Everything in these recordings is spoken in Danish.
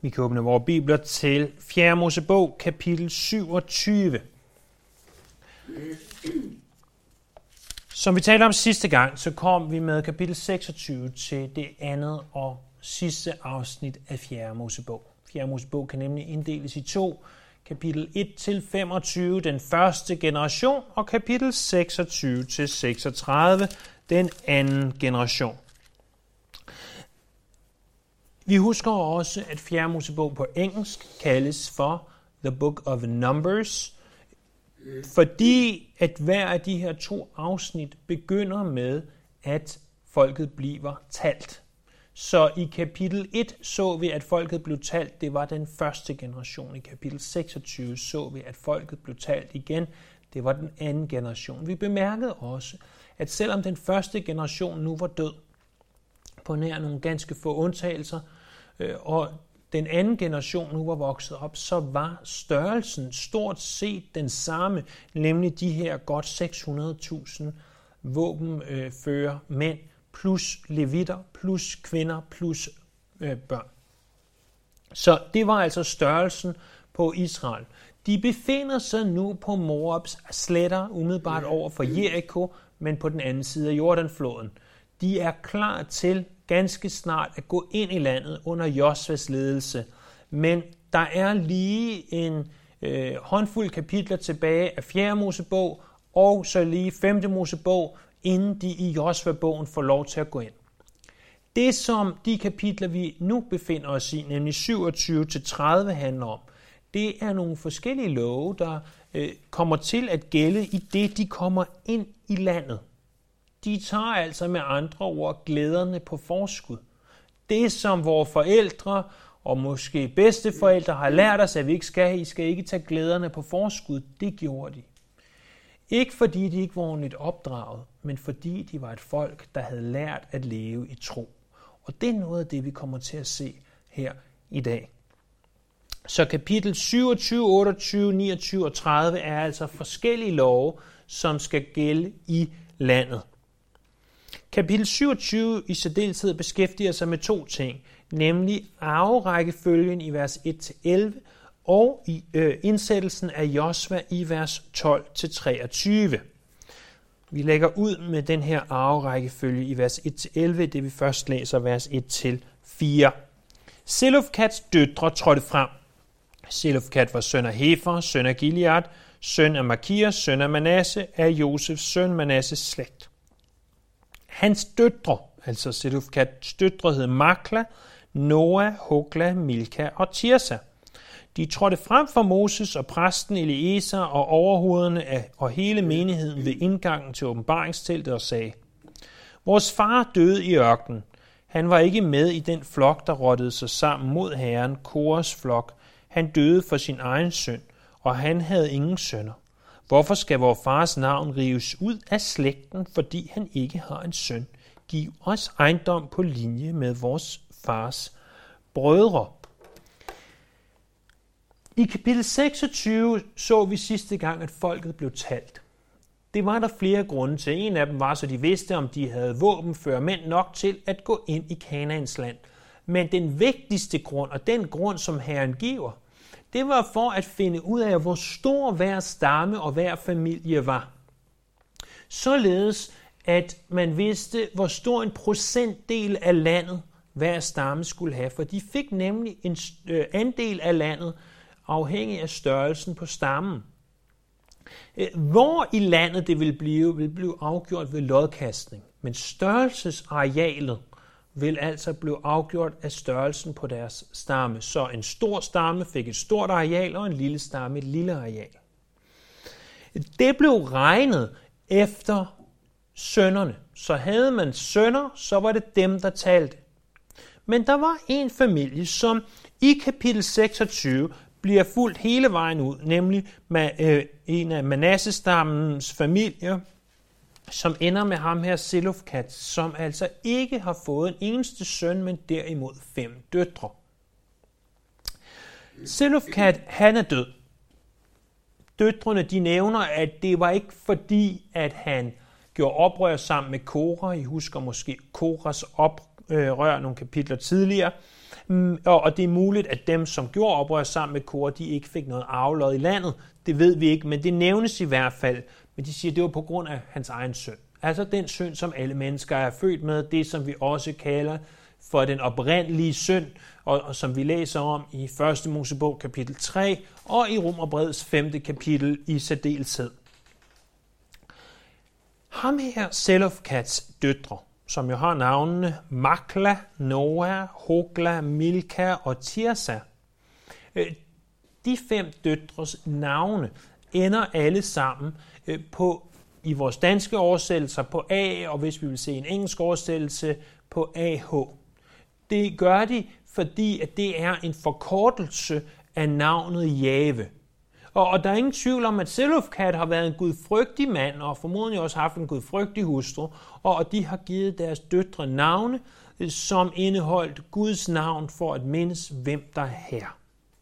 Vi kan åbne vores bibler til 4. Mosebog, kapitel 27. Som vi talte om sidste gang, så kom vi med kapitel 26 til det andet og sidste afsnit af 4. Mosebog. 4. Mosebog kan nemlig inddeles i to. Kapitel 1-25, den første generation, og kapitel 26-36, den anden generation. Vi husker også, at 4. Mosebog på engelsk kaldes for The Book of Numbers, fordi at hver af de her to afsnit begynder med, at folket bliver talt. Så i kapitel 1 så vi, at folket blev talt. Det var den første generation. I kapitel 26 så vi, at folket blev talt igen. Det var den anden generation. Vi bemærkede også, at selvom den første generation nu var død, på nær nogle ganske få undtagelser, og den anden generation nu var vokset op, så var størrelsen stort set den samme, nemlig de her godt 600.000 våbenfører mænd, plus levitter, plus kvinder, plus børn. Så det var altså størrelsen på Israel. De befinder sig nu på Moabs sletter, umiddelbart over for Jericho, men på den anden side af Jordanfloden. De er klar til ganske snart at gå ind i landet under Josvas ledelse. Men der er lige en håndfuld kapitler tilbage af 4. Mosebog, og så lige 5. Mosebog, inden de i Josva-bogen får lov til at gå ind. Det, som de kapitler, vi nu befinder os i, nemlig 27-30 handler om, det er nogle forskellige love, der kommer til at gælde i det, de kommer ind i landet. De tager altså med andre ord glæderne på forskud. Det, som vores forældre og måske bedsteforældre har lært os, at vi ikke skal, I skal ikke tage glæderne på forskud, det gjorde de. Ikke fordi de ikke var ordentligt opdraget, men fordi de var et folk, der havde lært at leve i tro. Og det er noget af det, vi kommer til at se her i dag. Så kapitel 27, 28, 29 og 30 er altså forskellige love, som skal gælde i landet. Kapitel 27 i særdeleshed beskæftiger sig med to ting, nemlig arverækkefølgen i vers 1-11 og i indsættelsen af Josva i vers 12-23. Vi lægger ud med den her arverækkefølge i vers 1-11, det vi først læser vers 1-4. Selofkats døtre trådte frem. Selofkat var søn af Hefer, søn af Gilead, søn af Makir, søn af Manasse, af Josefs søn Manasses slægt. Hans døtre, altså Selofkats døtre, hed Makla, Noah, Hogla, Milka og Tirsa. De trådte frem for Moses og præsten Eliezer og overhovederne og hele menigheden ved indgangen til åbenbaringsteltet og sagde: Vores far døde i ørkenen. Han var ikke med i den flok, der rottede sig sammen mod Herren, Kores flok. Han døde for sin egen synd, og han havde ingen sønner. Hvorfor skal vor fars navn rives ud af slægten, fordi han ikke har en søn? Giv os ejendom på linje med vores fars brødre. I kapitel 26 så vi sidste gang, at folket blev talt. Det var der flere grunde til. En af dem var, så de vidste, om de havde våbenfører mænd nok til at gå ind i Kanaans land. Men den vigtigste grund, og den grund, som Herren giver, det var for at finde ud af, hvor stor hver stamme og hver familie var. Således, at man vidste, hvor stor en procentdel af landet hver stamme skulle have. For de fik nemlig en andel af landet, afhængig af størrelsen på stammen. Hvor i landet det vil blive afgjort ved lodkastning. Men størrelsesarealet vil altså blive afgjort af størrelsen på deres stamme. Så en stor stamme fik et stort areal, og en lille stamme et lille areal. Det blev regnet efter sønnerne. Så havde man sønner, så var det dem, der talte. Men der var en familie, som i kapitel 26 bliver fulgt hele vejen ud, nemlig en af Manassestammens familier, som ender med ham her Selofkat, som altså ikke har fået en eneste søn, men derimod 5 døtre. Selofkat, han er død. Døtrene, de nævner, at det var ikke fordi, at han gjorde oprør sammen med Korah. I husker måske Korahs oprør nogle kapitler tidligere. Og det er muligt, at dem, som gjorde oprør sammen med Kora, de ikke fik noget arvelod i landet. Det ved vi ikke, men det nævnes i hvert fald. Men de siger, at det var på grund af hans egen synd. Altså den synd, som alle mennesker er født med, det som vi også kalder for den oprindelige synd, og som vi læser om i 1. Mosebog kapitel 3, og i Romerbrevets 5. kapitel i særdeleshed. Ham her, Zelofhats døtre, som jo har navnene Makla, Noah, Hogla, Milka og Tirsa. De 5 døtres navne ender alle sammen på, i vores danske oversættelser på A, og hvis vi vil se en engelsk oversættelse på AH. Det gør de, fordi at det er en forkortelse af navnet Jave. Og der er ingen tvivl om, at Zelofhad har været en gudfrygtig mand, og formodentlig også haft en gudfrygtig hustru, og de har givet deres døtre navne, som indeholdt Guds navn for at mindes, hvem der er her.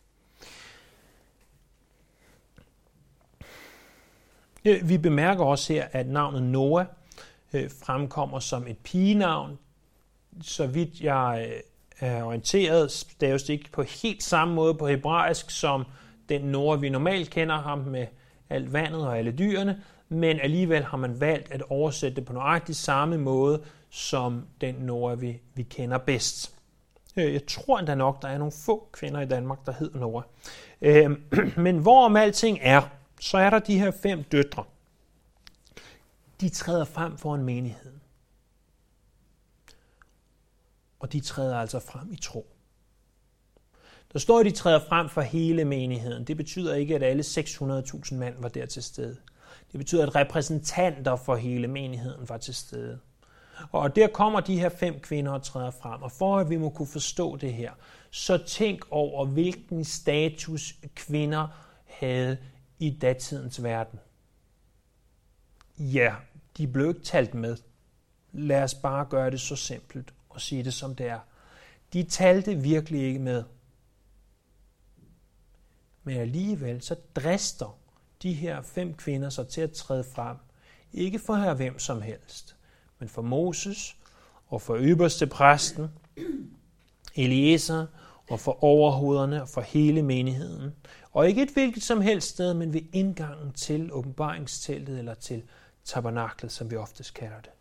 Vi bemærker også her, at navnet Noah fremkommer som et pigenavn. Så vidt jeg er orienteret, staves det ikke på helt samme måde på hebraisk, som den Noah, vi normalt kender ham med alt vandet og alle dyrene, men alligevel har man valgt at oversætte det på nøjagtig samme måde, som den Noah, vi kender bedst. Jeg tror endda nok, der er nogle få kvinder i Danmark, der hedder Noah. Men hvorom alting er, så er der de her 5 døtre. De træder frem for en menighed. Og de træder altså frem i tro. Der står, at de træder frem for hele menigheden. Det betyder ikke, at alle 600.000 mand var der til stede. Det betyder, at repræsentanter for hele menigheden var til stede. Og der kommer de her 5 kvinder og træder frem. Og for at vi må kunne forstå det her, så tænk over, hvilken status kvinder havde i datidens verden. Ja, de blev ikke talt med. Lad os bare gøre det så simpelt og sige det som det er. De talte virkelig ikke med. Men alligevel så drister de her 5 kvinder sig til at træde frem. Ikke for her hvem som helst, men for Moses og for øverste præsten, Eliezer og for overhovederne og for hele menigheden. Og ikke et hvilket som helst sted, men ved indgangen til åbenbaringsteltet eller til tabernaklet, som vi oftest kalder det.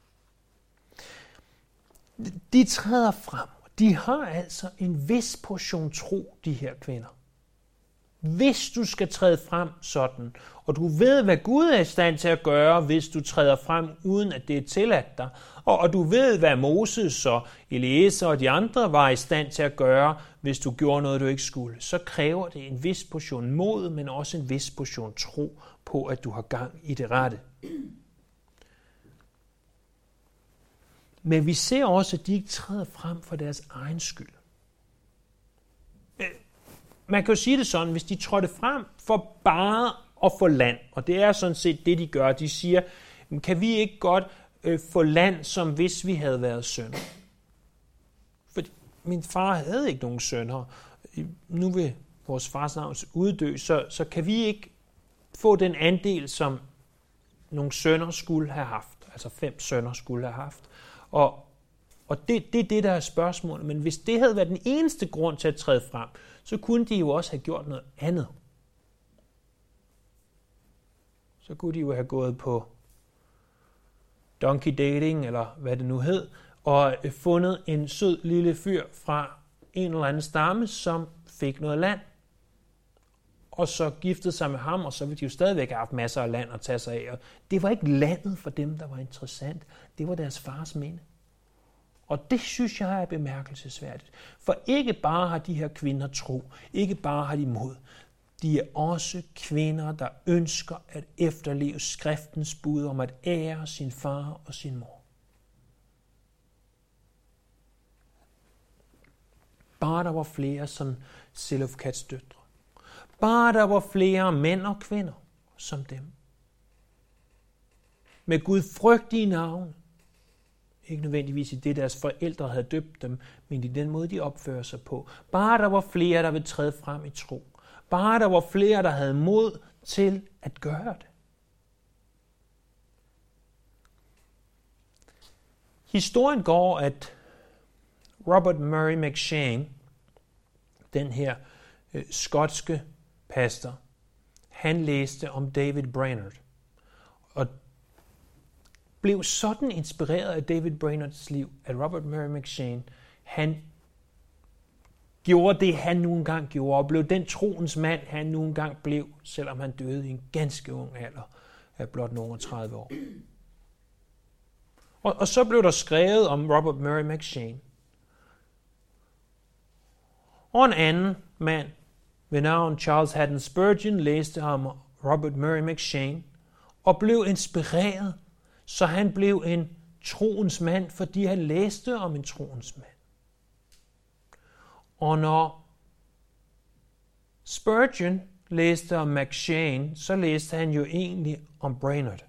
De træder frem, og de har altså en vis portion tro, de her kvinder. Hvis du skal træde frem sådan, og du ved, hvad Gud er i stand til at gøre, hvis du træder frem, uden at det er tilladt dig, og du ved, hvad Moses og Eliezer og de andre var i stand til at gøre, hvis du gjorde noget, du ikke skulle, så kræver det en vis portion mod, men også en vis portion tro på, at du har gang i det rette. Men vi ser også, at de ikke træder frem for deres egen skyld. Man kan jo sige det sådan, hvis de trådte frem for bare at få land, og det er sådan set det, de gør. De siger, kan vi ikke godt få land, som hvis vi havde været sønner? For min far havde ikke nogen sønner. Nu vil vores fars navn uddø, så kan vi ikke få den andel, som nogle sønner skulle have haft. Altså 5 sønner skulle have haft. Og det er det, der er spørgsmålet. Men hvis det havde været den eneste grund til at træde frem, så kunne de jo også have gjort noget andet. Så kunne de jo have gået på donkey dating, eller hvad det nu hed, og fundet en sød lille fyr fra en eller anden stamme, som fik noget land, og så giftede sig med ham, og så ville de jo stadigvæk have haft masser af land at tage sig af. Og det var ikke landet for dem, der var interessant. Det var deres fars minde. Og det synes jeg er bemærkelsesværdigt. For ikke bare har de her kvinder tro, ikke bare har de mod. De er også kvinder, der ønsker at efterleve skriftens bud om at ære sin far og sin mor. Bare der var flere som Zelofhats døtre. Bare der var flere mænd og kvinder som dem. Med gudfrygtige navne. Ikke nødvendigvis i det, deres forældre havde døbt dem, men i den måde, de opfører sig på. Bare der var flere, der ville træde frem i tro. Bare der var flere, der havde mod til at gøre det. Historien går, at Robert Murray McCheyne, den her skotske pastor, han læste om David Brainerd, og blev sådan inspireret af David Brainerds liv, at Robert Murray McCheyne, han gjorde det, han nu engang gjorde, og blev den troens mand, han nu engang blev, selvom han døde i en ganske ung alder af blot nogle 30 år. Og så blev der skrevet om Robert Murray McCheyne. Og en anden mand ved navn Charles Haddon Spurgeon læste om Robert Murray McCheyne og blev inspireret, så han blev en troens mand, fordi han læste om en troens mand. Og når Spurgeon læste om McCheyne, så læste han jo egentlig om Brainerd.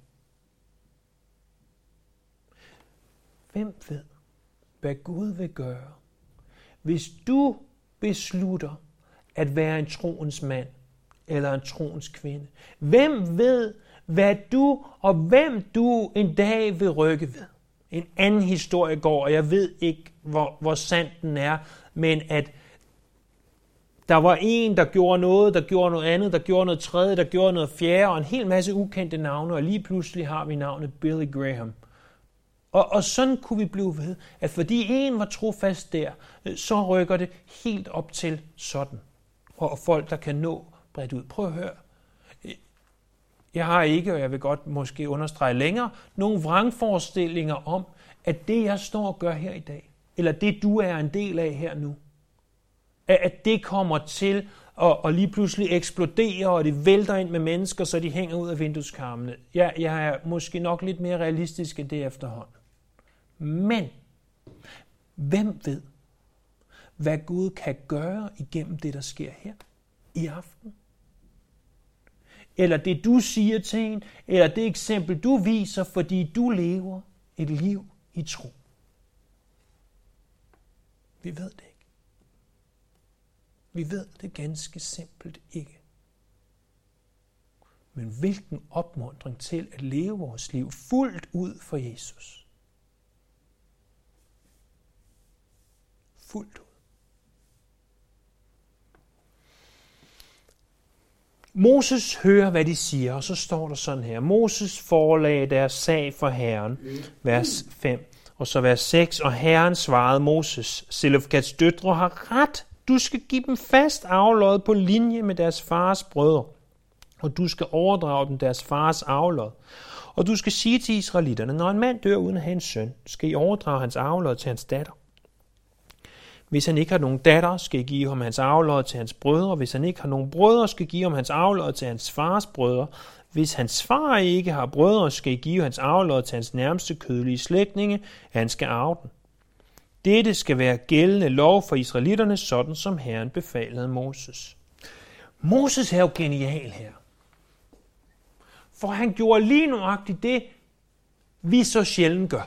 Hvem ved, hvad Gud vil gøre, hvis du beslutter at være en troens mand eller en troens kvinde? Hvem ved, hvad du og hvem du en dag vil rykke ved? En anden historie går, og jeg ved ikke, hvor sandt den er, men at der var en, der gjorde noget andet, der gjorde noget tredje, der gjorde noget fjerde, og en hel masse ukendte navne, og lige pludselig har vi navnet Billy Graham. Og sådan kunne vi blive ved, at fordi en var trofast der, så rykker det helt op til sådan. Og folk, der kan nå bredt ud. Prøv at høre. Jeg har ikke, og jeg vil godt måske understrege længere, nogle vrangforestillinger om, at det, jeg står og gør her i dag, eller det, du er en del af her nu, at det kommer til at lige pludselig eksplodere, og det vælter ind med mennesker, så de hænger ud af vindueskarmene. Jeg er måske nok lidt mere realistisk end det efterhånden. Men hvem ved, hvad Gud kan gøre igennem det, der sker her i aften? Eller det, du siger til en, eller det eksempel, du viser, fordi du lever et liv i tro. Vi ved det ikke. Vi ved det ganske simpelt ikke. Men hvilken opmuntring til at leve vores liv fuldt ud for Jesus. Fuldt ud. Moses hører, hvad de siger, og så står der sådan her. Moses forelagde deres sag for Herren, vers 5, og så vers 6. Og Herren svarede Moses, Selofkats døtre har ret. Du skal give dem fast aflod på linje med deres fars brødre, og du skal overdrage dem deres fars aflod. Og du skal sige til israelitterne, når en mand dør uden at have en søn, skal I overdrage hans aflod til hans datter. Hvis han ikke har nogen datter, skal I give ham hans aflod til hans brødre. Hvis han ikke har nogen brødre, skal I give ham hans aflod til hans fars brødre. Hvis hans far ikke har brødre, skal I give hans aflod til hans nærmeste kødelige slægtninge, han skal arve den. Dette skal være gældende lov for israelitterne, sådan som Herren befalede Moses. Moses er jo genial her. For han gjorde lige nøjagtigt det, vi så sjældent gør.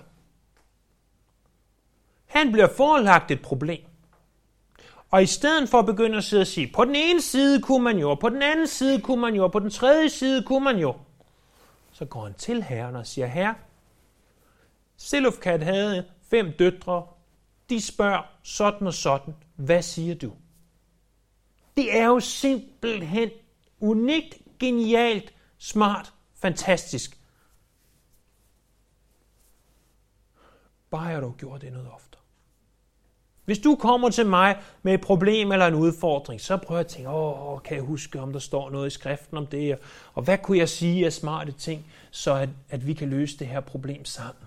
Han bliver forelagt et problem. Og i stedet for at begynde at sidde og sige, på den ene side kunne man jo, på den anden side kunne man jo, på den tredje side kunne man jo, så går han til Herren og siger, Herre, Selofkat havde 5 døtre, de spørger sådan og sådan, hvad siger du? Det er jo simpelthen unikt, genialt, smart, fantastisk. Bare har du gjort det noget oftere. Hvis du kommer til mig med et problem eller en udfordring, så prøver jeg at tænke, kan jeg huske, om der står noget i skriften om det, og hvad kunne jeg sige af smarte ting, så at vi kan løse det her problem sammen.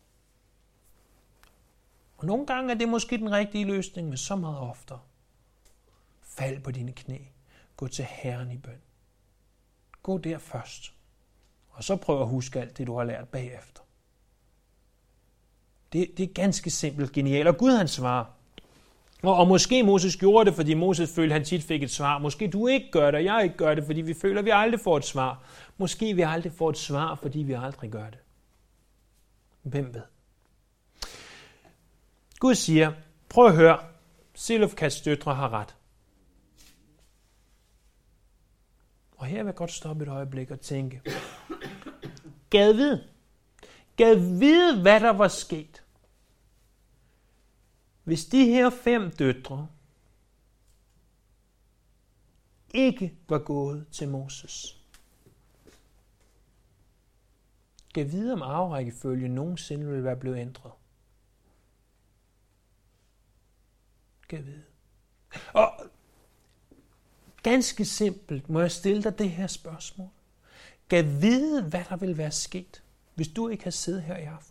Og nogle gange er det måske den rigtige løsning, men så meget oftere. Fald på dine knæ. Gå til Herren i bøn. Gå der først. Og så prøv at huske alt det, du har lært bagefter. Det er ganske simpelt genialt, og Gud han svarer. Og måske Moses gjorde det, fordi Moses følte, at han tit fik et svar. Måske du ikke gør det, og jeg ikke gør det, fordi vi føler, at vi aldrig får et svar. Måske vi aldrig får et svar, fordi vi aldrig gør det. Hvem ved? Gud siger, prøv at høre, Selofkats døtre har ret. Og her vil jeg godt stoppe et øjeblik og tænke, Gad vide, hvad der var sket, hvis de her 5 døtre ikke var gået til Moses. Kan vide, om arverækkefølgen nogensinde vil være blevet ændret. Kan vide. Og ganske simpelt må jeg stille dig det her spørgsmål. Kan vide, hvad der vil være sket, hvis du ikke har siddet her i aften.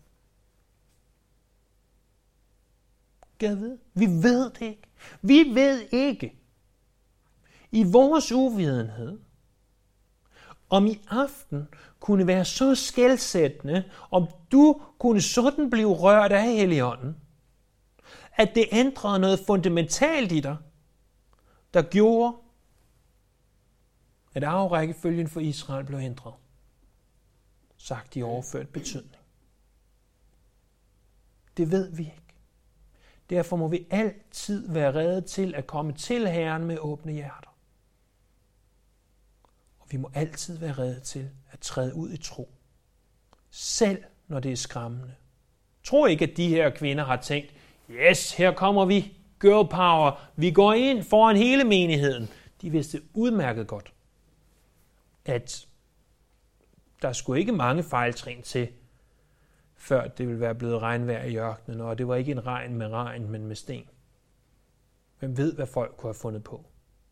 Kan vide? Vi ved det ikke. Vi ved ikke. I vores uvidenhed, om i aften kunne være så skelsættende, om du kunne sådan blive rørt af Helligånden, at det ændrede noget fundamentalt i dig, der gjorde, at arverækkefølgen for Israel blev ændret. Sagt i overført betydning. Det ved vi ikke. Derfor må vi altid være rede til at komme til Herren med åbne hjerter. Og vi må altid være rede til at træde ud i tro. Selv når det er skræmmende. Tro ikke, at de her kvinder har tænkt, yes, her kommer vi, girl power, vi går ind foran hele menigheden. De vidste udmærket godt, at der skulle ikke mange fejltrin til, før det ville være blevet regnvejr i ørkenen, og det var ikke en regn med regn, men med sten. Hvem ved, hvad folk kunne have fundet på?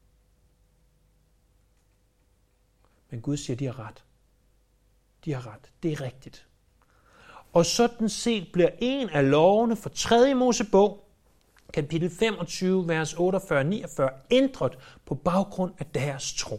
Men Gud siger, de har ret. De har ret. Det er rigtigt. Og sådan set bliver en af lovene for 3. Mosebog, kapitel 25, vers 48-49, ændret på baggrund af deres tro.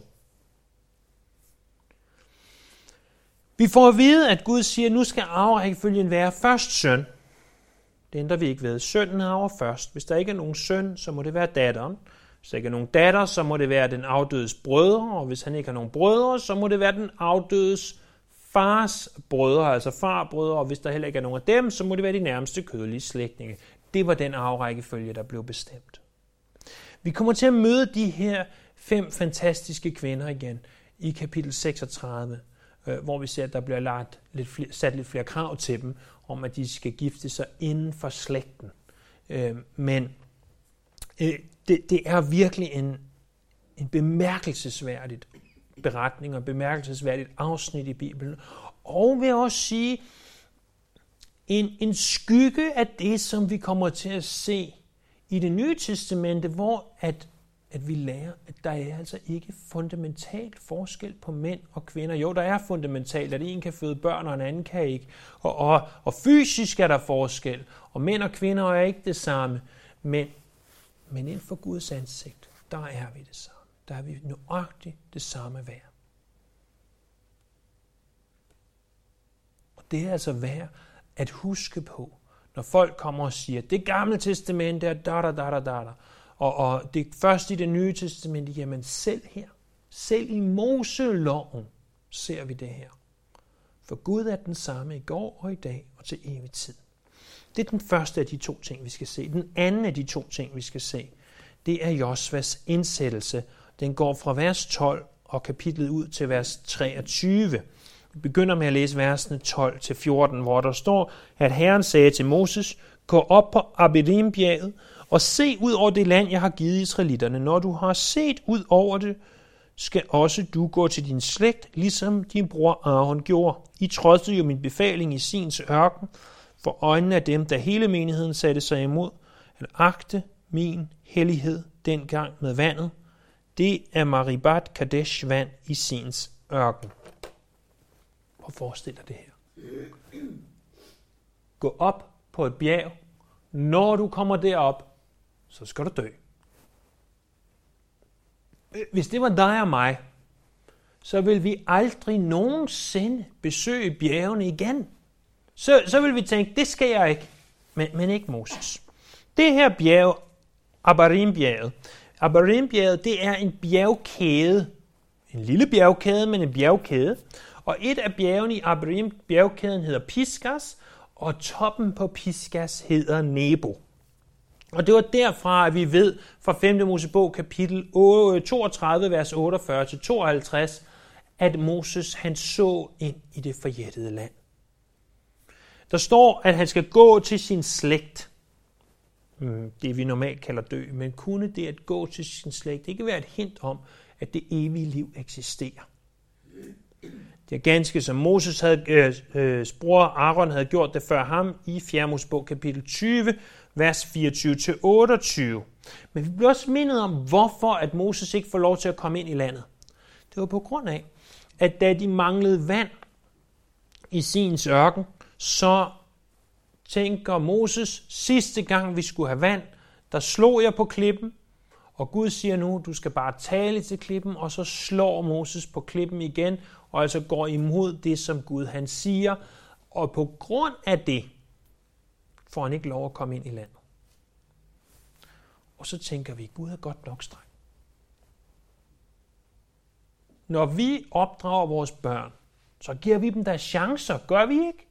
Vi får at vide, at Gud siger, at nu skal arverækkefølgen være først søn. Det ændrer vi ikke ved. Sønnen arver først. Hvis der ikke er nogen søn, så må det være datteren. Hvis der ikke er nogen datter, så må det være den afdødes brødre. Og hvis han ikke har nogen brødre, så må det være den afdødes fars brødre, altså farbrødre. Og hvis der heller ikke er nogen af dem, så må det være de nærmeste kødelige slægtninge. Det var den arverækkefølge, der blev bestemt. Vi kommer til at møde de her 5 fantastiske kvinder igen i kapitel 36. Hvor vi ser, at der bliver sat lidt flere krav til dem, om at de skal gifte sig inden for slægten. Men det er virkelig en bemærkelsesværdigt beretning og bemærkelsesværdigt afsnit i Bibelen. Og vil også sige, en skygge af det, som vi kommer til at se i Det Nye Testamente, hvor at vi lærer, at der er altså ikke fundamentalt forskel på mænd og kvinder. Jo, der er fundamentalt, at en kan føde børn, og en anden kan ikke. Og fysisk er der forskel, og mænd og kvinder er ikke det samme. Men inden for Guds ansigt, der er vi det samme. Der er vi nøjagtigt det samme værd. Og det er altså værd at huske på, når folk kommer og siger, det Gamle Testamente er da. Og det første i Det Nye Testamente, jamen selv her, selv i Moseloven, ser vi det her. For Gud er den samme i går og i dag og til evig tid. Det er den første af de 2 ting, vi skal se. Den anden af de 2 ting, vi skal se, det er Josvas indsættelse. Den går fra vers 12 og kapitlet ud til vers 23. Vi begynder med at læse versene 12-14, hvor der står, at Herren sagde til Moses, gå op på Abirim-bjerget og se ud over det land, jeg har givet israelitterne. Når du har set ud over det, skal også du gå til din slægt, ligesom din bror Aaron gjorde. I trodsede jo min befaling i Sins ørken, for øjnene af dem, der hele menigheden satte sig imod, at agte min hellighed dengang med vandet. Det er Maribat Kadesh vand i Sins ørken. Prøv at forestille dig det her. Gå op på et bjerg. Når du kommer derop, så skal du dø. Hvis det var dig og mig, så vil vi aldrig nogensinde besøge bjergene igen. Så vil vi tænke, det skal jeg ikke. Men ikke Moses. Det her bjerg, Abirim-bjerget, det er en bjergkæde. En lille bjergkæde, men en bjergkæde. Og et af bjergene i Abirim-bjergkæden hedder Pisgas, og toppen på Pisgas hedder Nebo. Og det var derfra, at vi ved fra 5. Mosebog kapitel 32, vers 48-52, at Moses han så ind i det forjættede land. Der står, at han skal gå til sin slægt. Det vi normalt kalder dø, men kunne det at gå til sin slægt ikke være et hint om, at det evige liv eksisterer. Det er ganske som Moses havde, bror Aaron havde gjort det før ham i 4. Mosebog kapitel 20, vers 24-28. Men vi bliver også mindet om, hvorfor at Moses ikke får lov til at komme ind i landet. Det var på grund af, at da de manglede vand i sin ørken, så tænker Moses, sidste gang vi skulle have vand, der slog jeg på klippen, og Gud siger nu, du skal bare tale til klippen, og så slår Moses på klippen igen, og altså går imod det, som Gud han siger, og på grund af det, får han ikke lov at komme ind i landet. Og så tænker vi, Gud er godt nok streng. Når vi opdrager vores børn, så giver vi dem der chancer, gør vi ikke?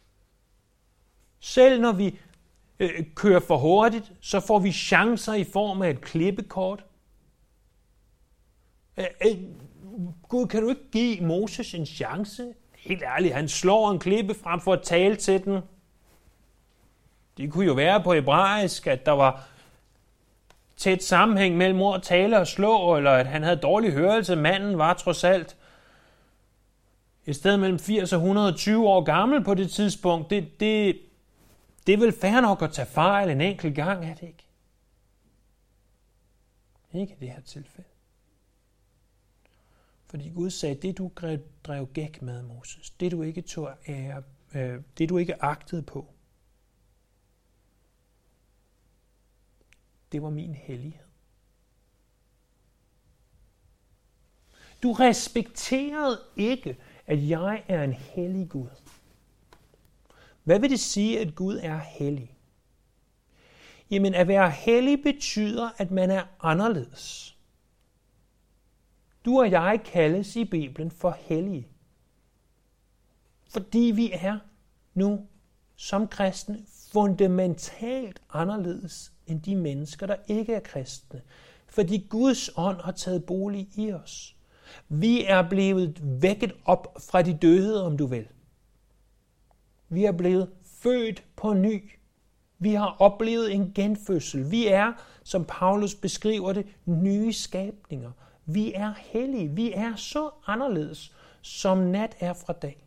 Selv når vi kører for hurtigt, så får vi chancer i form af et klippekort. Gud, kan du ikke give Moses en chance? Helt ærligt, han slår en klippe frem for at tale til den. Det kunne jo være på hebraisk, at der var tæt sammenhæng mellem ord tale og slå, eller at han havde dårlig hørelse. Manden var trods alt et sted mellem 80 og 120 år gammel på det tidspunkt. Det er vel fair nok at tage fejl en enkelt gang, er det ikke? Ikke i det her tilfælde. Fordi Gud sagde, det du drev gæk med, Moses, det du ikke tog ære, det du ikke agtede på, det var min hellighed. Du respekterede ikke, at jeg er en hellig Gud. Hvad vil det sige, at Gud er hellig? Jamen, at være hellig betyder, at man er anderledes. Du og jeg kaldes i Bibelen for hellige. Fordi vi er nu som kristne fundamentalt anderledes end de mennesker, der ikke er kristne. Fordi Guds ånd har taget bolig i os. Vi er blevet vækket op fra de døde, om du vil. Vi er blevet født på ny. Vi har oplevet en genfødsel. Vi er, som Paulus beskriver det, nye skabninger. Vi er hellige. Vi er så anderledes, som nat er fra dag.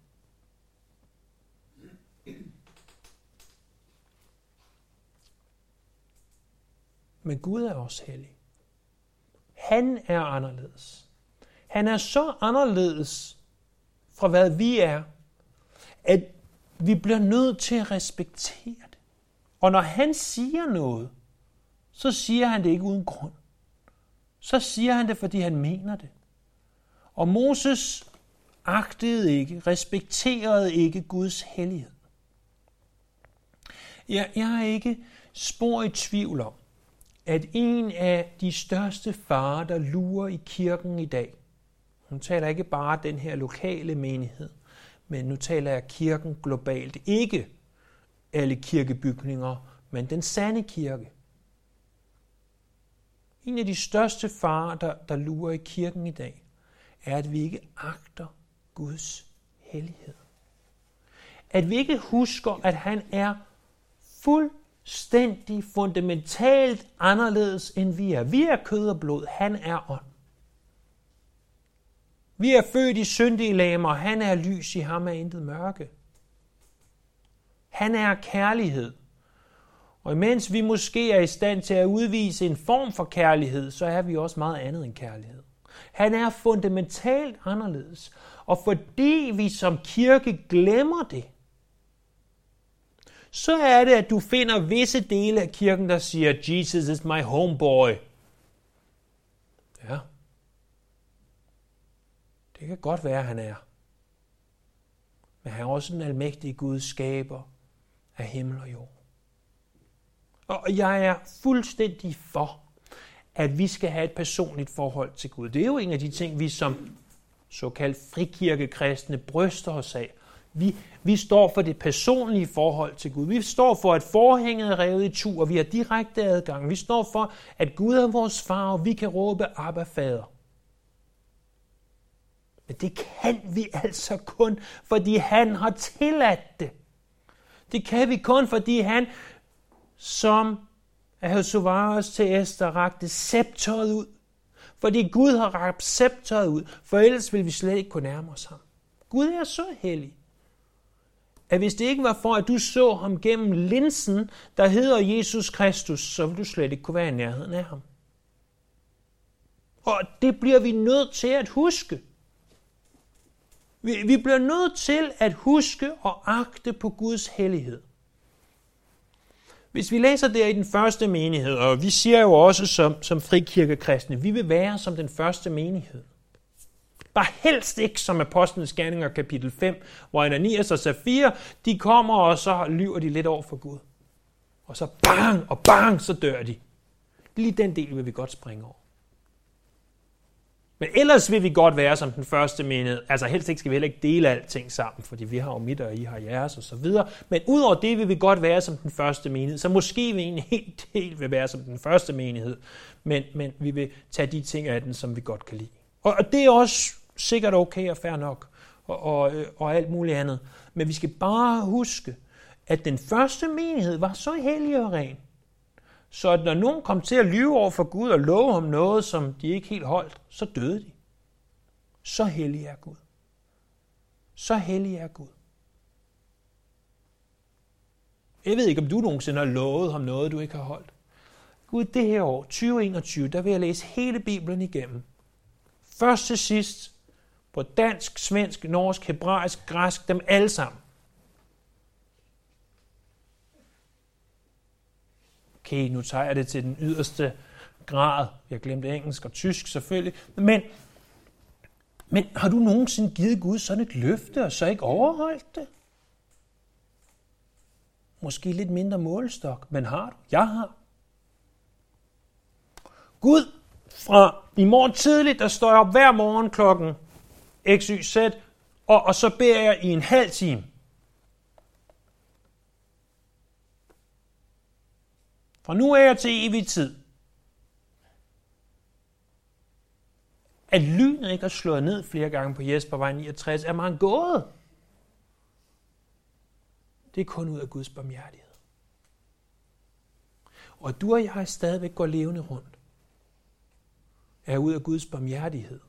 Men Gud er også hellig. Han er anderledes. Han er så anderledes fra hvad vi er, at vi bliver nødt til at respektere det. Og når han siger noget, så siger han det ikke uden grund. Så siger han det, fordi han mener det. Og Moses agtede ikke, respekterede ikke Guds hellighed. Jeg er ikke spor i tvivl om, at en af de største farer, der lurer i kirken i dag, nu taler jeg ikke bare den her lokale menighed, men nu taler jeg kirken globalt. Ikke alle kirkebygninger, men den sande kirke. En af de største farer, der lurer i kirken i dag, er, at vi ikke agter Guds hellighed. At vi ikke husker, at han er fuldstændig fundamentalt anderledes, end vi er. Vi er kød og blod, han er ånd. Vi er født i syndige lemmer, han er lys, i ham er intet mørke. Han er kærlighed. Og imens vi måske er i stand til at udvise en form for kærlighed, så er vi også meget andet end kærlighed. Han er fundamentalt anderledes. Og fordi vi som kirke glemmer det, så er det, at du finder visse dele af kirken, der siger, Jesus is my homeboy. Ja. Det kan godt være, han er. Men han er også en almægtig Gud, skaber af himmel og jord. Og jeg er fuldstændig for, at vi skal have et personligt forhold til Gud. Det er jo en af de ting, vi som såkaldt frikirkekristne bryster os af. Vi står for det personlige forhold til Gud. Vi står for, at forhænget er revet i tu, og vi har direkte adgang. Vi står for, at Gud er vores far, og vi kan råbe Abba, Fader. Men det kan vi altså kun, fordi han har tilladt det. Det kan vi kun, fordi han, som Ahasuerus til Ester, rakte scepteret ud. Fordi Gud har rakt scepteret ud, for ellers ville vi slet ikke kunne nærme os ham. Gud er så hellig, at hvis det ikke var for, at du så ham gennem linsen, der hedder Jesus Kristus, så ville du slet ikke kunne være i nærheden af ham. Og det bliver vi nødt til at huske. Vi bliver nødt til at huske og agte på Guds hellighed. Hvis vi læser der i den første menighed, og vi siger jo også som frikirkekristne, vi vil være som den første menighed. Bare helst ikke som Apostlenes Gerninger kapitel 5, hvor Ananias og Safira, de kommer, og så lyver de lidt over for Gud. Og så bang, og bang, så dør de. Lige den del vil vi godt springe over. Men ellers vil vi godt være som den første menighed. Altså helst ikke skal vi heller ikke dele alting sammen, fordi vi har jo mit, og I har jeres og så videre. Men udover det vil vi godt være som den første menighed. Så måske vi egentlig helt vil være som den første menighed. Men vi vil tage de ting af den, som vi godt kan lide. Og det er også sikkert okay og fair nok. Og alt muligt andet. Men vi skal bare huske, at den første menighed var så hellig og ren. Så at når nogen kom til at lyve over for Gud og love ham noget, som de ikke helt holdt, så døde de. Så hellig er Gud. Så hellig er Gud. Jeg ved ikke, om du nogensinde har lovet ham noget, du ikke har holdt. Gud, det her år, 2021, der vil jeg læse hele Bibelen igennem. Først til sidst, på dansk, svensk, norsk, hebraisk, græsk, dem alle sammen. Okay, nu tager jeg det til den yderste grad. Jeg glemte engelsk og tysk selvfølgelig. Men har du nogensinde givet Gud sådan et løfte, og så ikke overholdt det? Måske lidt mindre målestok, men har du? Jeg har. Gud, fra i morgen tidligt, der står jeg op hver morgen klokken XYZ, og så beder jeg i en halv time. Fra nu er jeg til evig tid. At lynet ikke har slået ned flere gange på Jespervej 69, er mig en gåde. Det er kun ud af Guds barmhjertighed. Og du og jeg stadigvæk går levende rundt, er ud af Guds barmhjertighed.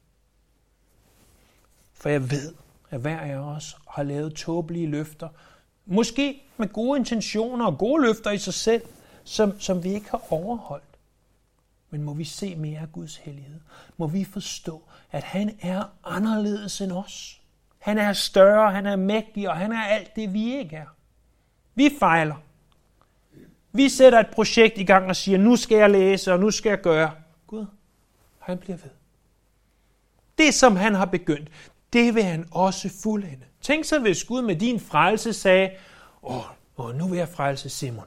For jeg ved, at hver af os har lavet tåbelige løfter, måske med gode intentioner og gode løfter i sig selv, som vi ikke har overholdt. Men må vi se mere af Guds hellighed? Må vi forstå, at han er anderledes end os? Han er større, han er mægtig, og han er alt det, vi ikke er. Vi fejler. Vi sætter et projekt i gang og siger, nu skal jeg læse, og nu skal jeg gøre. Gud, han bliver ved. Det, som han har begyndt, det vil han også fuldende. Tænk så, hvis Gud med din frelse sagde, nu vil jeg frelse Simon.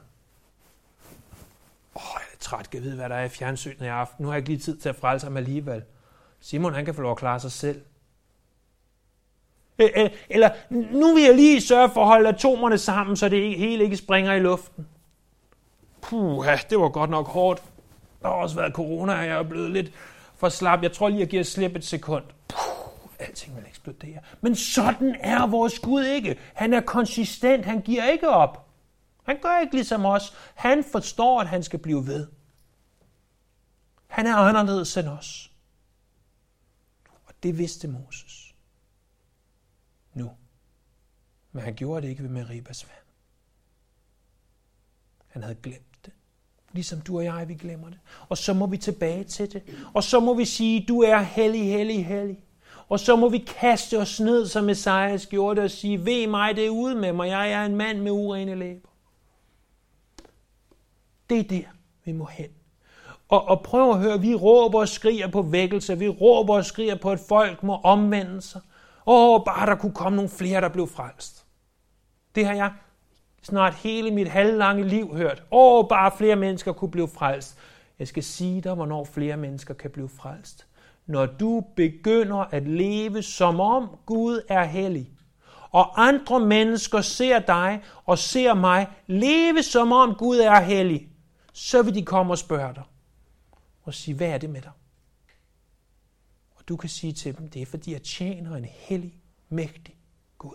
Jeg er træt, jeg ved, hvad der er i fjernsynet i aften. Nu har jeg ikke lige tid til at frelse ham alligevel. Simon, han kan få lov at klare sig selv. Eller, nu vil jeg lige sørge for at holde atomerne sammen, så det hele ikke springer i luften. Det var godt nok hårdt. Der har også været corona, og jeg er blevet lidt for slap. Jeg tror lige, jeg giver slip et sekund. Alting vil eksplodere. Men sådan er vores Gud ikke. Han er konsistent, han giver ikke op. Han gør ikke ligesom os. Han forstår, at han skal blive ved. Han er anderledes end os. Og det vidste Moses. Nu. Men han gjorde det ikke ved Meribas vand. Han havde glemt det. Ligesom du og jeg, vi glemmer det. Og så må vi tilbage til det. Og så må vi sige, du er hellig, hellig, hellig. Og så må vi kaste os ned, som Esajas gjorde det, og sige, ved mig, det er ude med mig. Jeg er en mand med urene læber. Det er der, vi må hen. Og prøv at høre, vi råber og skriger på vækkelse. Vi råber og skriger på, at folk må omvende sig. Bare der kunne komme nogle flere, der blev frelst. Det har jeg snart hele mit halvlange liv hørt. Bare flere mennesker kunne blive frelst. Jeg skal sige dig, hvornår flere mennesker kan blive frelst. Når du begynder at leve, som om Gud er hellig, og andre mennesker ser dig og ser mig leve, som om Gud er hellig, så vil de komme og spørge dig og sige, hvad er det med dig? Og du kan sige til dem, det er fordi jeg tjener en hellig, mægtig Gud.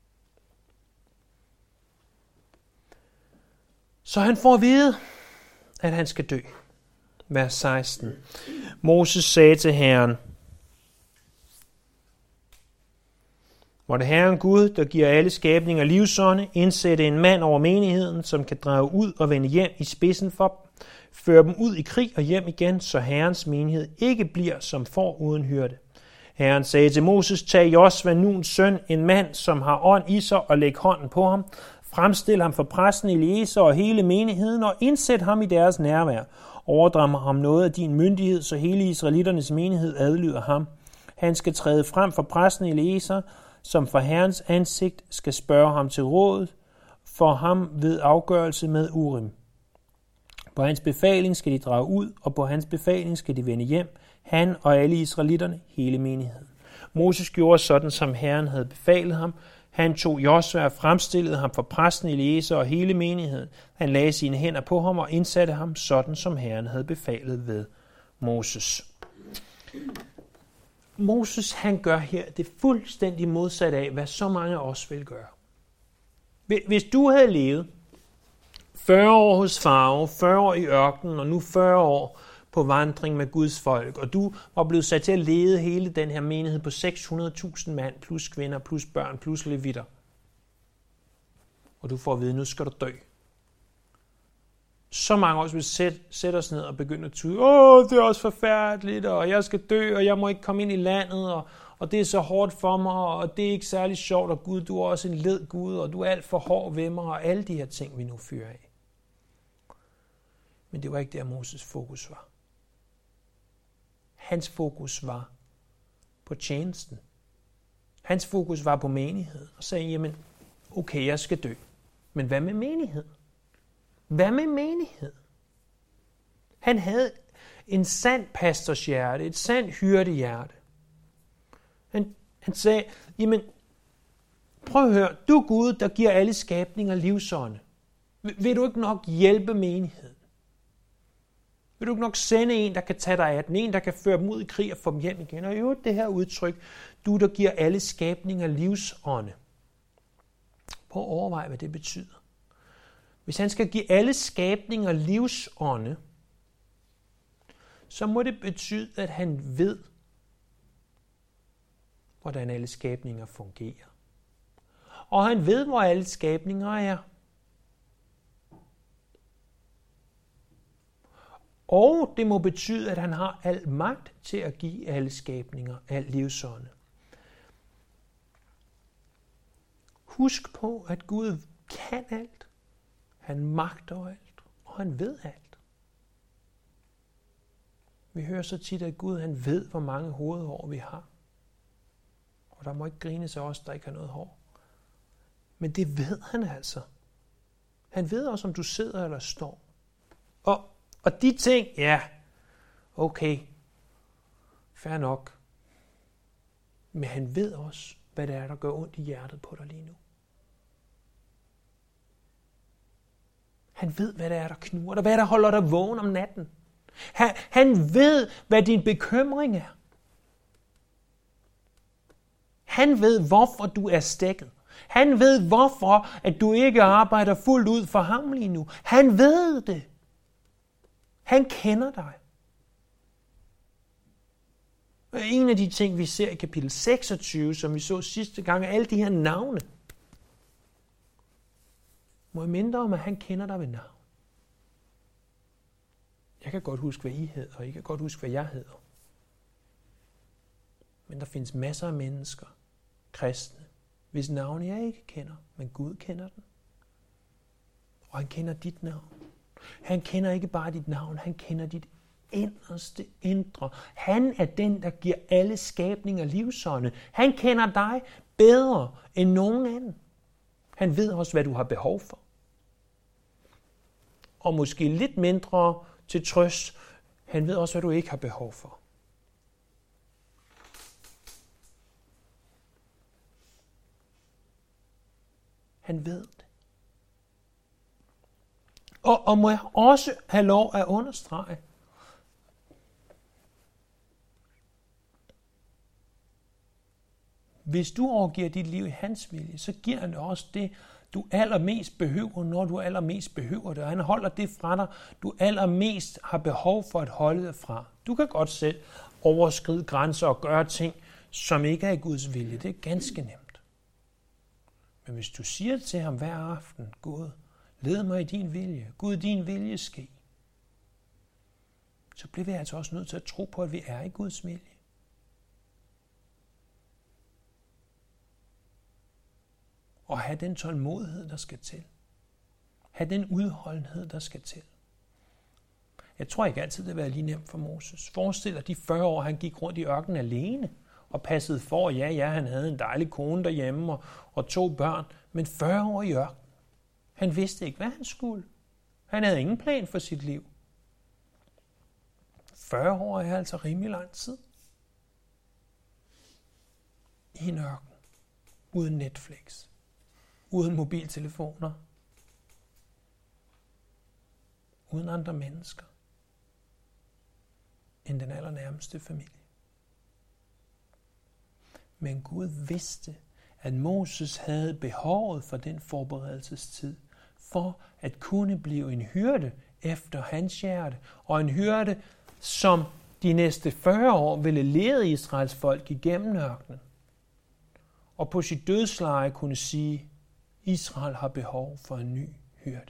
Så han får at vide, at han skal dø. Vers 16. Moses sagde til Herren, måtte Herren Gud, der giver alle skabninger livsånde, indsætte en mand over menigheden, som kan drage ud og vende hjem i spidsen for dem, føre dem ud i krig og hjem igen, så Herrens menighed ikke bliver som får uden hyrde. Herren sagde til Moses, tag Josva, Nuns søn, en mand, som har ånd i sig, og læg hånden på ham. Fremstil ham for præsten Eliezer og hele menigheden, og indsæt ham i deres nærvær. Overdram ham noget af din myndighed, så hele israeliternes menighed adlyder ham. Han skal træde frem for præsten Eliezer, som for Herrens ansigt skal spørge ham til råd for ham ved afgørelse med Urim. På hans befaling skal de drage ud, og på hans befaling skal de vende hjem, han og alle israelitterne, hele menigheden. Moses gjorde sådan, som Herren havde befalet ham. Han tog Josva og fremstillede ham for præsten Eliezer og hele menigheden. Han lagde sine hænder på ham og indsatte ham, sådan som Herren havde befalet ved Moses. Moses, han gør her det fuldstændig modsat af, hvad så mange af os vil gøre. Hvis du havde levet 40 år hos Farao, 40 år i ørkenen og nu 40 år på vandring med Guds folk, og du var blevet sat til at lede hele den her menighed på 600.000 mand, plus kvinder, plus børn, plus levitter, og du får at vide, nu skal du dø. Så mange også vil sætte os ned og begynde at tyde, det er også forfærdeligt, og jeg skal dø, og jeg må ikke komme ind i landet, og det er så hårdt for mig, og det er ikke særlig sjovt, og Gud, du er også en led Gud, og du er alt for hård ved mig, og alle de her ting, vi nu fyrer af. Men det var ikke der, Moses fokus var. Hans fokus var på tjenesten. Hans fokus var på menighed, og sagde, jamen, okay, jeg skal dø, men hvad med menighed? Hvad med menighed? Han havde en sand pastors hjerte, et sandt hyrdehjerte. Han sagde, jamen, prøv at høre, du er Gud, der giver alle skabninger livsånde. Vil du ikke nok hjælpe menigheden? Vil du ikke nok sende en, der kan tage dig af den, en, der kan føre dem ud i krig og få dem hjem igen? Og i øvrigt det her udtryk, du, der giver alle skabninger livsånde. Prøv at overveje, hvad det betyder. Hvis han skal give alle skabninger livsånde, så må det betyde, at han ved, hvordan alle skabninger fungerer. Og han ved, hvor alle skabninger er. Og det må betyde, at han har al magt til at give alle skabninger, al livsånde. Husk på, at Gud kan alt. Han magter alt, og han ved alt. Vi hører så tit, at Gud han ved, hvor mange hovedhår vi har. Og der må ikke grines af os, der ikke har noget hår. Men det ved han altså. Han ved også, om du sidder eller står. Og de ting, ja, okay, fair nok. Men han ved også, hvad det er, der gør ondt i hjertet på dig lige nu. Han ved, hvad det er, der knurrer dig, hvad der holder dig vågen om natten. Han ved, hvad din bekymring er. Han ved, hvorfor du er stækket. Han ved, hvorfor at du ikke arbejder fuldt ud for ham lige nu. Han ved det. Han kender dig. Og en af de ting, vi ser i kapitel 26, som vi så sidste gang, er alle de her navne. Må jeg minde om, at han kender dig ved navn. Jeg kan godt huske, hvad I hedder, og I kan godt huske, hvad jeg hedder. Men der findes masser af mennesker, kristne, hvis navne jeg ikke kender, men Gud kender den. Og han kender dit navn. Han kender ikke bare dit navn, han kender dit inderste indre. Han er den, der giver alle skabninger livsånde. Han kender dig bedre end nogen anden. Han ved også, hvad du har behov for. Og måske lidt mindre til trøst, han ved også, hvad du ikke har behov for. Han ved det. Og må jeg også have lov at understrege, hvis du overgiver dit liv i hans vilje, så giver han også det, du allermest behøver, når du allermest behøver det. Og han holder det fra dig, du allermest har behov for at holde det fra. Du kan godt selv overskride grænser og gøre ting, som ikke er i Guds vilje. Det er ganske nemt. Men hvis du siger til ham hver aften, Gud, led mig i din vilje. Gud, din vilje ske. Så bliver vi altså også nødt til at tro på, at vi er i Guds vilje. Og have den tålmodighed, der skal til. Have den udholdenhed, der skal til. Jeg tror ikke altid, det har været lige nemt for Moses. Forestil dig de 40 år, han gik rundt i ørkenen alene og passede for. Ja, han havde en dejlig kone derhjemme og 2 børn, men 40 år i ørkenen. Han vidste ikke, hvad han skulle. Han havde ingen plan for sit liv. 40 år er altså rimelig lang tid. I en ørken. Uden Netflix. Uden mobiltelefoner. Uden andre mennesker. End den allernærmeste familie. Men Gud vidste, at Moses havde behovet for den forberedelsestid, for at kunne blive en hyrde efter hans hjerte, og en hyrde, som de næste 40 år ville lede Israels folk igennem ørkenen, og på sit dødsleje kunne sige, Israel har behov for en ny hyrde.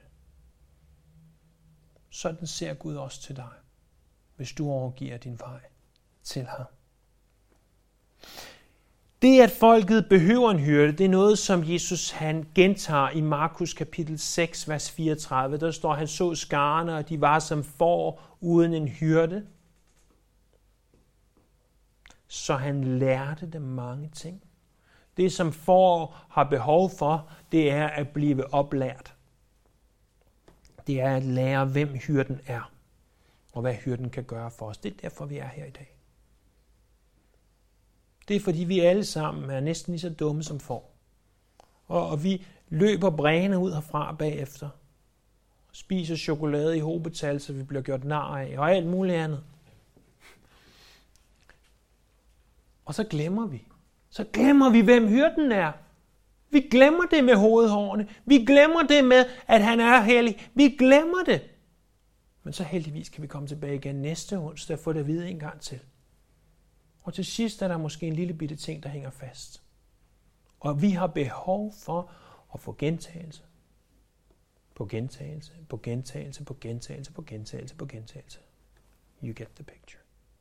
Sådan ser Gud også til dig, hvis du overgiver din vej til ham. Det, at folket behøver en hyrde, det er noget, som Jesus han gentager i Markus kapitel 6, vers 34. Der står, han så skarne, og de var som får uden en hyrde. Så han lærte dem mange ting. Det, som får har behov for, det er at blive oplært. Det er at lære, hvem hyrden er, og hvad hyrden kan gøre for os. Det er derfor, vi er her i dag. Det er fordi, vi alle sammen er næsten lige så dumme som får. Og vi løber bræne ud herfra bagefter. Spiser chokolade i hobetal, så vi bliver gjort nar af, og alt muligt andet. Og så glemmer vi. Så glemmer vi, hvem hyrden er. Vi glemmer det med hovedhårene. Vi glemmer det med, at han er hellig. Vi glemmer det. Men så heldigvis kan vi komme tilbage igen næste onsdag og få det at vide en gang til. Og til sidst er der måske en lille bitte ting, der hænger fast. Og vi har behov for at få gentagelse. På gentagelse, på gentagelse, på gentagelse, på gentagelse, på gentagelse. You get the picture.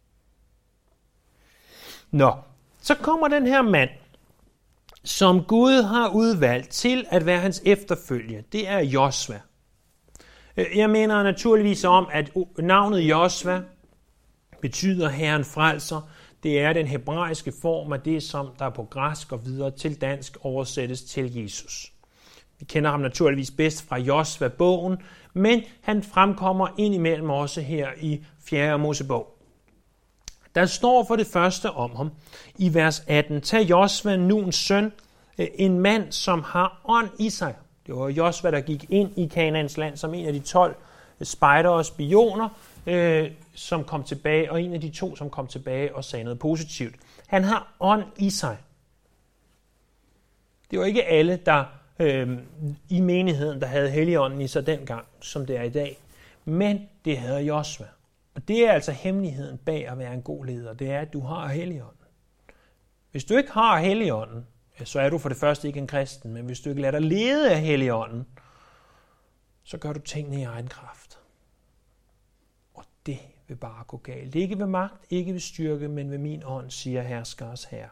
Nå, så kommer den her mand, som Gud har udvalgt til at være hans efterfølger. Det er Josva. Jeg mener naturligvis om, at navnet Josva betyder Herren frelser. Det er den hebraiske form af det, som der på græsk og videre til dansk oversættes til Jesus. Vi kender ham naturligvis bedst fra Josva-bogen, men han fremkommer indimellem også her i 4. Mosebog. Der står for det første om ham i vers 18. Tag Josva, Nuns søn, en mand, som har ånd i sig. Det var Josva, der gik ind i Kanaans land som en af de 12 spejdere og spioner, som kom tilbage, og en af de 2, som kom tilbage og sagde noget positivt. Han har ånd i sig. Det var ikke alle, der i menigheden, der havde Helligånden i sig dengang, som det er i dag. Men det havde Josva. Og det er altså hemmeligheden bag at være en god leder. Det er, at du har Helligånden. Hvis du ikke har Helligånden, så er du for det første ikke en kristen, men hvis du ikke lader dig lede af Helligånden, så gør du tingene i egen kraft. Og det vil bare gå galt. Ikke ved magt, ikke ved styrke, men ved min ånd, siger herskers herre.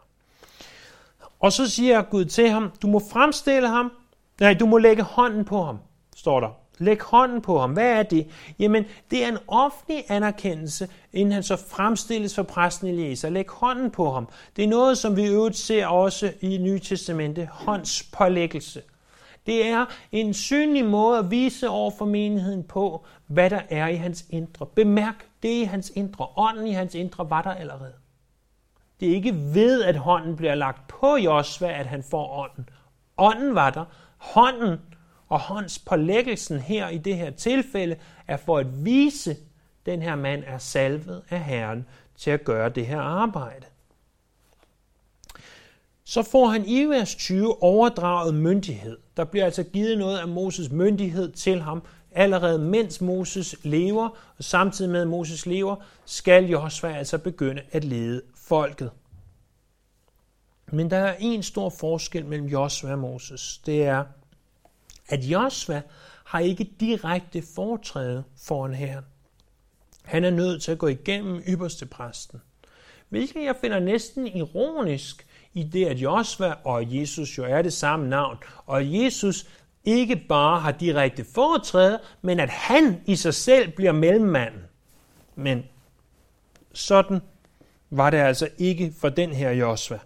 Og så siger Gud til ham, du må fremstille ham. Nej, du må lægge hånden på ham, står der. Læg hånden på ham. Hvad er det? Jamen, det er en offentlig anerkendelse, inden han så fremstilles for præsten Eliezer. Læg hånden på ham. Det er noget, som vi i øvrigt ser også i Nye Testamente. Håndspålæggelse. Det er en synlig måde at vise over for menigheden på, hvad der er i hans indre. Bemærk, det i hans indre. Ånden i hans indre var der allerede. Det er ikke ved, at hånden bliver lagt på Josva, at han får ånden. Ånden var der. Hånden og håndspålæggelsen her i det her tilfælde er for at vise, at den her mand er salvet af Herren til at gøre det her arbejde. så får han i vers 20 overdraget myndighed. Der bliver altså givet noget af Moses myndighed til ham. Allerede mens Moses lever, og samtidig med Moses lever, skal Josva altså begynde at lede folket. Men der er en stor forskel mellem Josva og Moses. Det er, at Josva har ikke direkte foretræde foran Herren. Han er nødt til at gå igennem ypperstepræsten. Hvilket jeg finder næsten ironisk i det, at Josva og Jesus jo er det samme navn. Og Jesus ikke bare har direkte foretræde, men at han i sig selv bliver mellemmanden. Men sådan var det altså ikke for den her Josva.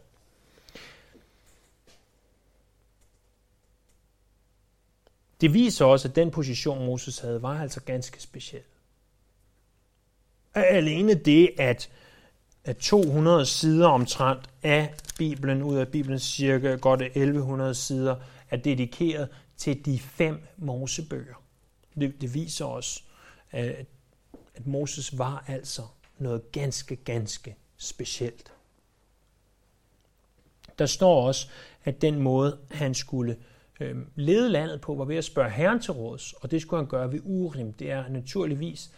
Det viser også, at den position, Moses havde, var altså ganske speciel. Alene det, at 200 sider omtrent af Bibelen, ud af Bibelens cirka godt 1100 sider, er dedikeret til de 5 Mosebøger. Det viser os, at Moses var altså noget ganske, ganske specielt. Der står også, at den måde, han skulle lede landet på, var ved at spørge Herren til råds, og det skulle han gøre ved Urim. Det er naturligvis,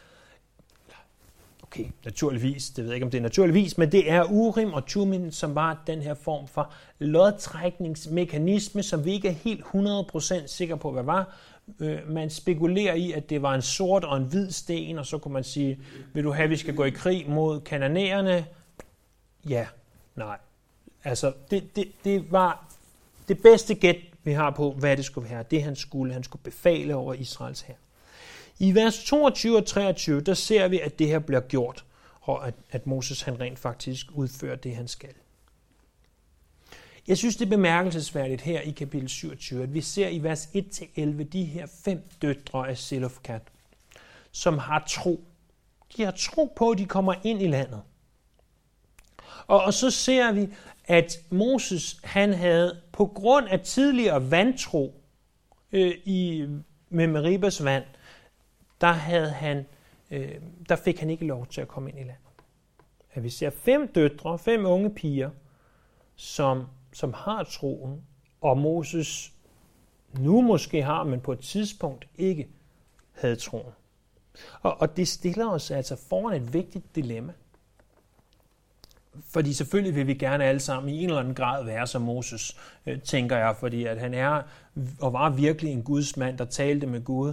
det ved jeg ikke, om det er naturligvis, men det er Urim og Tumim, som var den her form for lodtrækningsmekanisme, som vi ikke er helt 100% sikre på, hvad var. Man spekulerer i, at det var en sort og en hvid sten, og så kunne man sige, vil du have, at vi skal gå i krig mod kananæerne? Ja, nej. Altså, det var det bedste gæt, vi har på, hvad det skulle være. Det han skulle befale over Israels hær. I vers 22 og 23, der ser vi, at det her bliver gjort, og at Moses han rent faktisk udfører det, han skal. Jeg synes, det er bemærkelsesværdigt her i kapitel 27, at vi ser i vers 1-11 de her 5 døtre af Zelofehad, som har tro. De har tro på, at de kommer ind i landet. Og så ser vi, at Moses han havde på grund af tidligere vantro med Meribas vand, der fik han ikke lov til at komme ind i landet. At vi ser 5 døtre, 5 unge piger, som har troen, og Moses nu måske har, men på et tidspunkt ikke havde troen. Og det stiller os altså foran et vigtigt dilemma. Fordi selvfølgelig vil vi gerne alle sammen i en eller anden grad være som Moses, tænker jeg, fordi at han er og var virkelig en Guds mand, der talte med Gud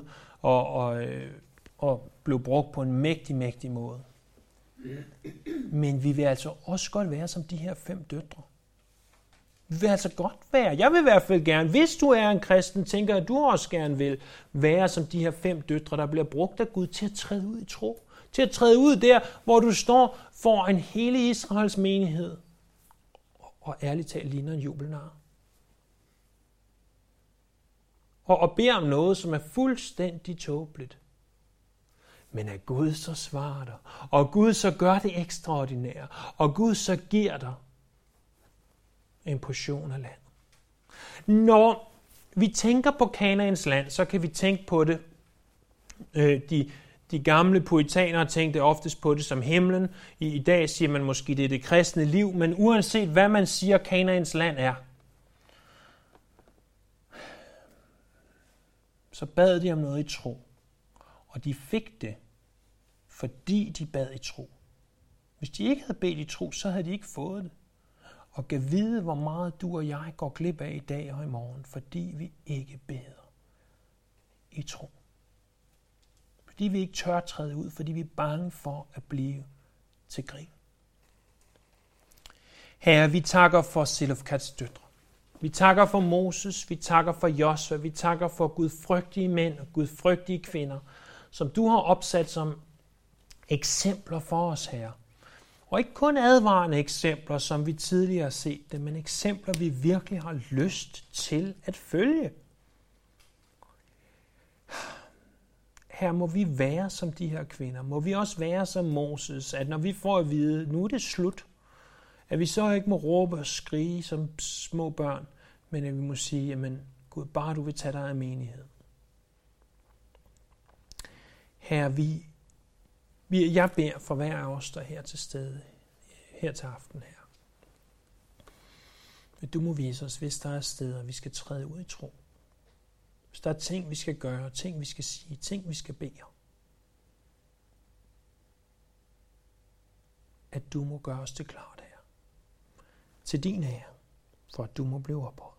og blev brugt på en mægtig, mægtig måde. Men vi vil altså også godt være som de her 5 døtre. Vi vil altså godt være. Jeg vil i hvert fald gerne, hvis du er en kristen, tænker jeg, at du også gerne vil være som de her 5 døtre, der bliver brugt af Gud til at træde ud i tro. Til at træde ud der, hvor du står for en hele Israels menighed. Og ærligt talt ligner en jubelnar. Og beder om noget, som er fuldstændig tåbeligt. Men at Gud så svarer dig, og Gud så gør det ekstraordinære, og Gud så giver dig en portion af land. Når vi tænker på Kanaans land, så kan vi tænke på det. De gamle puritanere tænkte oftest på det som himlen. I dag siger man måske, det er det kristne liv, men uanset hvad man siger, Kanaans land er, så bad de om noget i tro. Og de fik det, fordi de bad i tro. Hvis de ikke havde bedt i tro, så havde de ikke fået det. Og kan vide, hvor meget du og jeg går glip af i dag og i morgen, fordi vi ikke beder i tro. Fordi vi ikke tør træde ud, fordi vi er bange for at blive til grin. Herre, vi takker for Zelofehads døtre. Vi takker for Moses, vi takker for Josva, vi takker for gudfrygtige mænd og gudfrygtige kvinder, som du har opsat som eksempler for os, Herre. Og ikke kun advarende eksempler, som vi tidligere har set det, men eksempler, vi virkelig har lyst til at følge. Her må vi være som de her kvinder. Må vi også være som Moses, at når vi får at vide, nu er det slut, at vi så ikke må råbe og skrige som små børn, men at vi må sige, jamen Gud, bare du vil tage dig af menighed. Herre, jeg beder for hver af os, der er her til stede, her til aften her. Men du må vise os, hvis der er steder, vi skal træde ud i tro. Hvis der er ting, vi skal gøre, ting, vi skal sige, ting, vi skal bede om. At du må gøre os det klart her. Til din ære, for at du må blive ophøjet.